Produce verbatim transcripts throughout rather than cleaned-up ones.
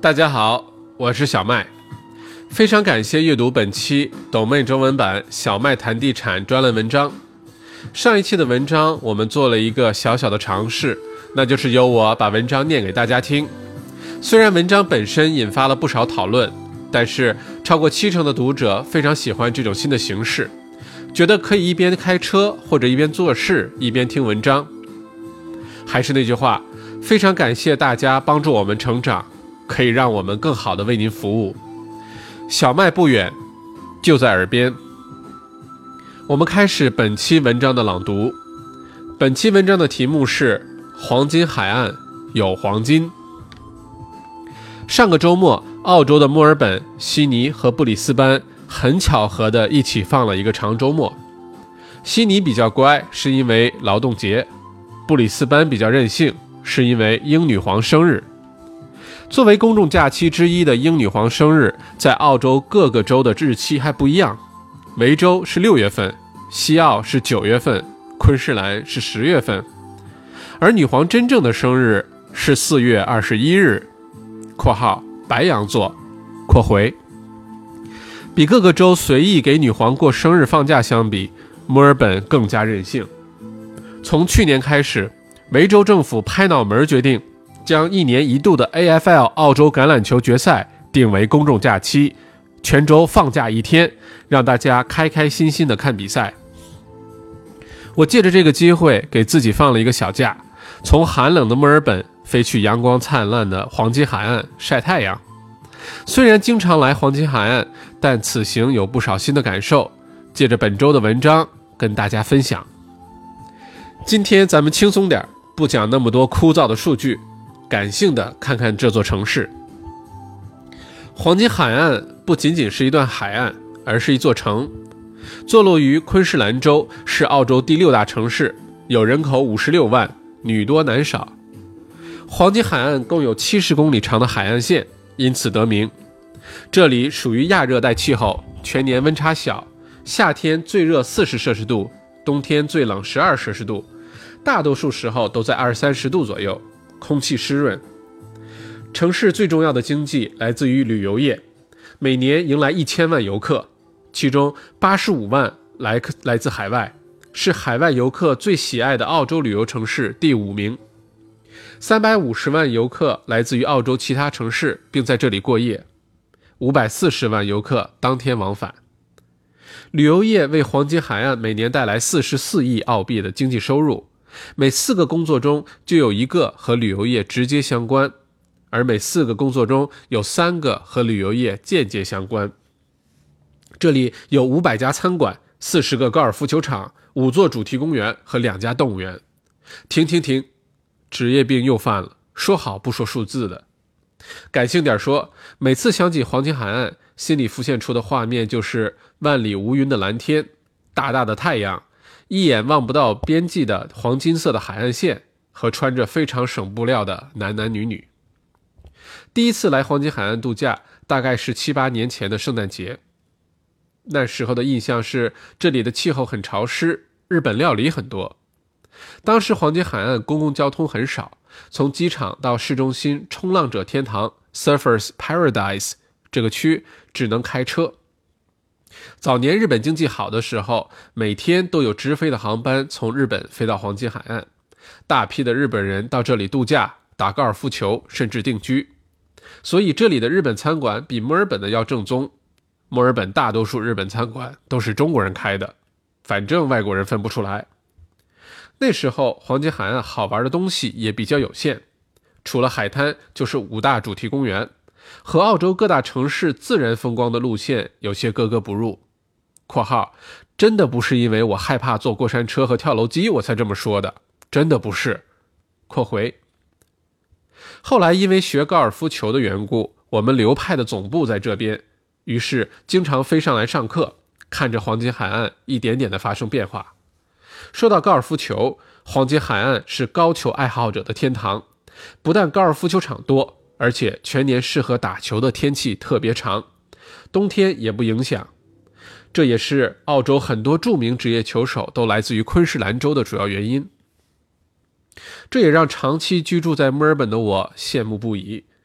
大家好，我是小麦，非常感谢阅读本期抖妹中文版小麦谈地产专栏文章。上一期的文章我们做了一个小小的尝试，那就是由我把文章念给大家听。虽然文章本身引发了不少讨论，但是超过七成的读者非常喜欢这种新的形式，觉得可以一边开车或者一边做事一边听文章。还是那句话，非常感谢大家帮助我们成长，可以让我们更好地为您服务。小麦不远，就在耳边。我们开始本期文章的朗读。本期文章的题目是黄金海岸有黄金。上个周末，澳洲的墨尔本、悉尼和布里斯班很巧合地一起放了一个长周末。悉尼比较乖，是因为劳动节；布里斯班比较任性，是因为英女皇生日。作为公众假期之一的英女皇生日，在澳洲各个州的日期还不一样。维州是六月份，西澳是九月份，昆士兰是十月份，而女皇真正的生日是四月二十一日（括号白羊座）括回。比各个州随意给女皇过生日放假相比，墨尔本更加任性。从去年开始，维州政府拍脑门决定将一年一度的 A F L 澳洲橄榄球决赛定为公众假期，全州放假一天，让大家开开心心的看比赛。我借着这个机会给自己放了一个小假，从寒冷的墨尔本飞去阳光灿烂的黄金海岸晒太阳。虽然经常来黄金海岸，但此行有不少新的感受，借着本周的文章跟大家分享。今天咱们轻松点，不讲那么多枯燥的数据，感性的看看这座城市。黄金海岸不仅仅是一段海岸，而是一座城。坐落于昆士兰州，是澳洲第六大城市，有人口五十六万，女多男少。黄金海岸共有七十公里长的海岸线，因此得名。这里属于亚热带气候，全年温差小，夏天最热四十摄氏度，冬天最冷十二摄氏度，大多数时候都在二三十度左右，空气湿润。城市最重要的经济来自于旅游业，每年迎来一千万游客，其中八十五万 来, 来自海外，是海外游客最喜爱的澳洲旅游城市第五名。三百五十万游客来自于澳洲其他城市，并在这里过夜，五百四十万游客当天往返。旅游业为黄金海岸每年带来四十四亿澳币的经济收入，每四个工作中就有一个和旅游业直接相关，而每四个工作中有三个和旅游业间接相关。这里有五百家餐馆，四十个高尔夫球场，五座主题公园和两家动物园。停停停，职业病又犯了，说好不说数字的。感性点说，每次想起黄金海岸，心里浮现出的画面就是万里无云的蓝天，大大的太阳，一眼望不到边际的黄金色的海岸线和穿着非常省布料的男男女女。第一次来黄金海岸度假大概是七八年前的圣诞节，那时候的印象是这里的气候很潮湿，日本料理很多。当时黄金海岸公共交通很少，从机场到市中心冲浪者天堂 Surfers Paradise 这个区只能开车。早年日本经济好的时候，每天都有直飞的航班从日本飞到黄金海岸，大批的日本人到这里度假、打高尔夫球，甚至定居。所以这里的日本餐馆比墨尔本的要正宗。墨尔本大多数日本餐馆都是中国人开的，反正外国人分不出来。那时候黄金海岸好玩的东西也比较有限，除了海滩就是五大主题公园，和澳洲各大城市自然风光的路线有些格格不入。括号真的不是因为我害怕坐过山车和跳楼机我才这么说的，真的不是。括回。后来因为学高尔夫球的缘故，我们流派的总部在这边，于是经常飞上来上课，看着黄金海岸一点点的发生变化。说到高尔夫球，黄金海岸是高球爱好者的天堂，不但高尔夫球场多，而且全年适合打球的天气特别长，冬天也不影响。这也是澳洲很多著名职业球手都来自于昆士兰州的主要原因。这也让长期居住在墨尔本的我羡慕不已，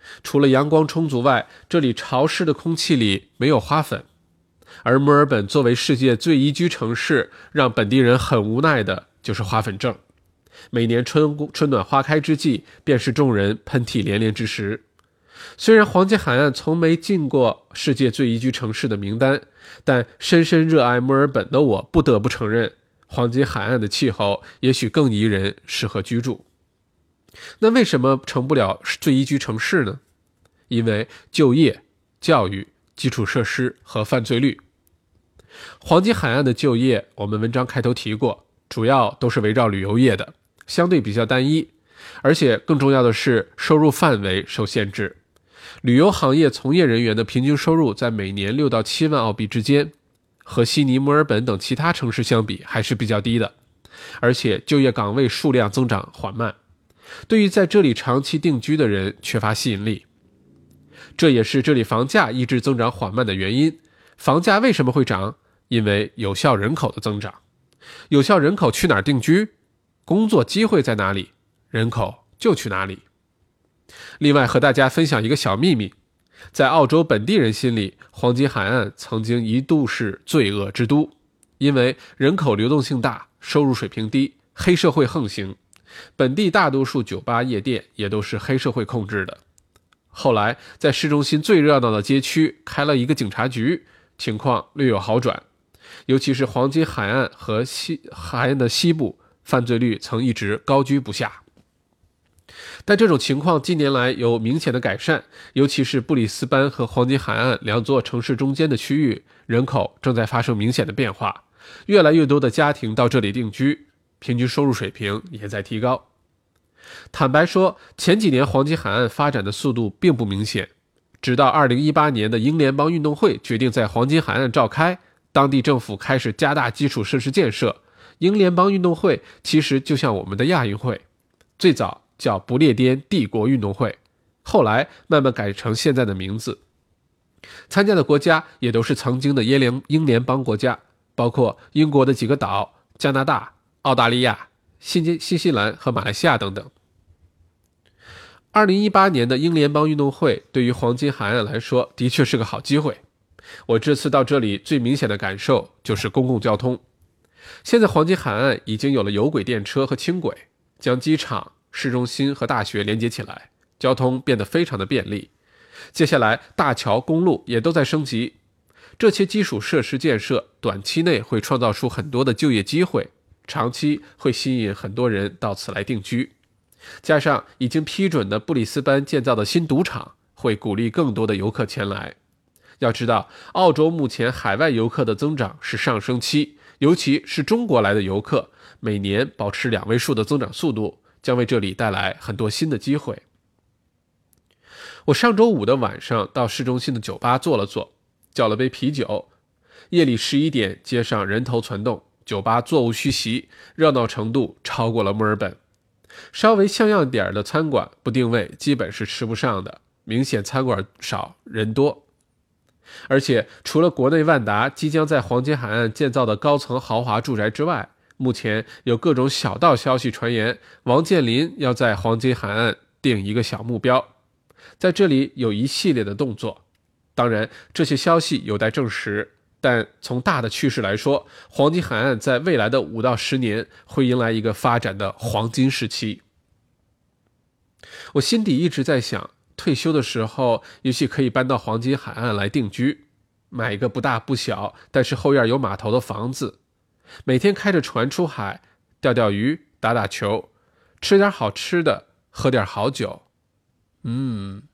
除了阳光充足外，这里潮湿的空气里没有花粉。而墨尔本作为世界最宜居城市，让本地人很无奈的就是花粉症。每年春春暖花开之际，便是众人喷嚏连连之时。虽然黄金海岸从没进过世界最宜居城市的名单，但深深热爱墨尔本的我不得不承认，黄金海岸的气候也许更宜人，适合居住。那为什么成不了最宜居城市呢？因为就业、教育、基础设施和犯罪率。黄金海岸的就业，我们文章开头提过，主要都是围绕旅游业的，相对比较单一，而且更重要的是收入范围受限制。旅游行业从业人员的平均收入在每年六到七万澳币之间，和悉尼、墨尔本等其他城市相比还是比较低的，而且就业岗位数量增长缓慢，对于在这里长期定居的人缺乏吸引力。这也是这里房价一直增长缓慢的原因。房价为什么会涨？因为有效人口的增长。有效人口去哪儿定居？工作机会在哪里，人口就去哪里。另外和大家分享一个小秘密，在澳洲本地人心里，黄金海岸曾经一度是罪恶之都，因为人口流动性大，收入水平低，黑社会横行，本地大多数酒吧夜店也都是黑社会控制的。后来在市中心最热闹的街区开了一个警察局，情况略有好转，尤其是黄金海岸和西海岸的西部，犯罪率曾一直高居不下。但这种情况近年来有明显的改善，尤其是布里斯班和黄金海岸两座城市中间的区域，人口正在发生明显的变化，越来越多的家庭到这里定居，平均收入水平也在提高。坦白说，前几年黄金海岸发展的速度并不明显，直到二零一八年的英联邦运动会决定在黄金海岸召开，当地政府开始加大基础设施建设。英联邦运动会其实就像我们的亚运会，最早叫不列颠帝国运动会，后来慢慢改成现在的名字。参加的国家也都是曾经的英联英联邦国家，包括英国的几个岛、加拿大、澳大利亚、新新西兰和马来西亚等等。二零一八年的英联邦运动会对于黄金海岸来说的确是个好机会。我这次到这里最明显的感受就是公共交通。现在黄金海岸已经有了有轨电车和轻轨，将机场、市中心和大学连接起来，交通变得非常的便利。接下来大桥、公路也都在升级，这些基础设施建设短期内会创造出很多的就业机会，长期会吸引很多人到此来定居。加上已经批准的布里斯班建造的新赌场，会鼓励更多的游客前来。要知道，澳洲目前海外游客的增长是上升期，尤其是中国来的游客，每年保持两位数的增长速度，将为这里带来很多新的机会。我上周五的晚上到市中心的酒吧坐了坐，叫了杯啤酒。夜里十一点，街上人头攒动，酒吧座无虚席，热闹程度超过了墨尔本。稍微像样点的餐馆不定位基本是吃不上的，明显餐馆少人多。而且除了国内万达即将在黄金海岸建造的高层豪华住宅之外，目前有各种小道消息传言，王健林要在黄金海岸定一个小目标，在这里有一系列的动作。当然这些消息有待证实，但从大的趋势来说，黄金海岸在未来的五到十年会迎来一个发展的黄金时期。我心底一直在想，退休的时候也许可以搬到黄金海岸来定居，买一个不大不小但是后院有码头的房子，每天开着船出海，钓钓鱼，打打球，吃点好吃的，喝点好酒。嗯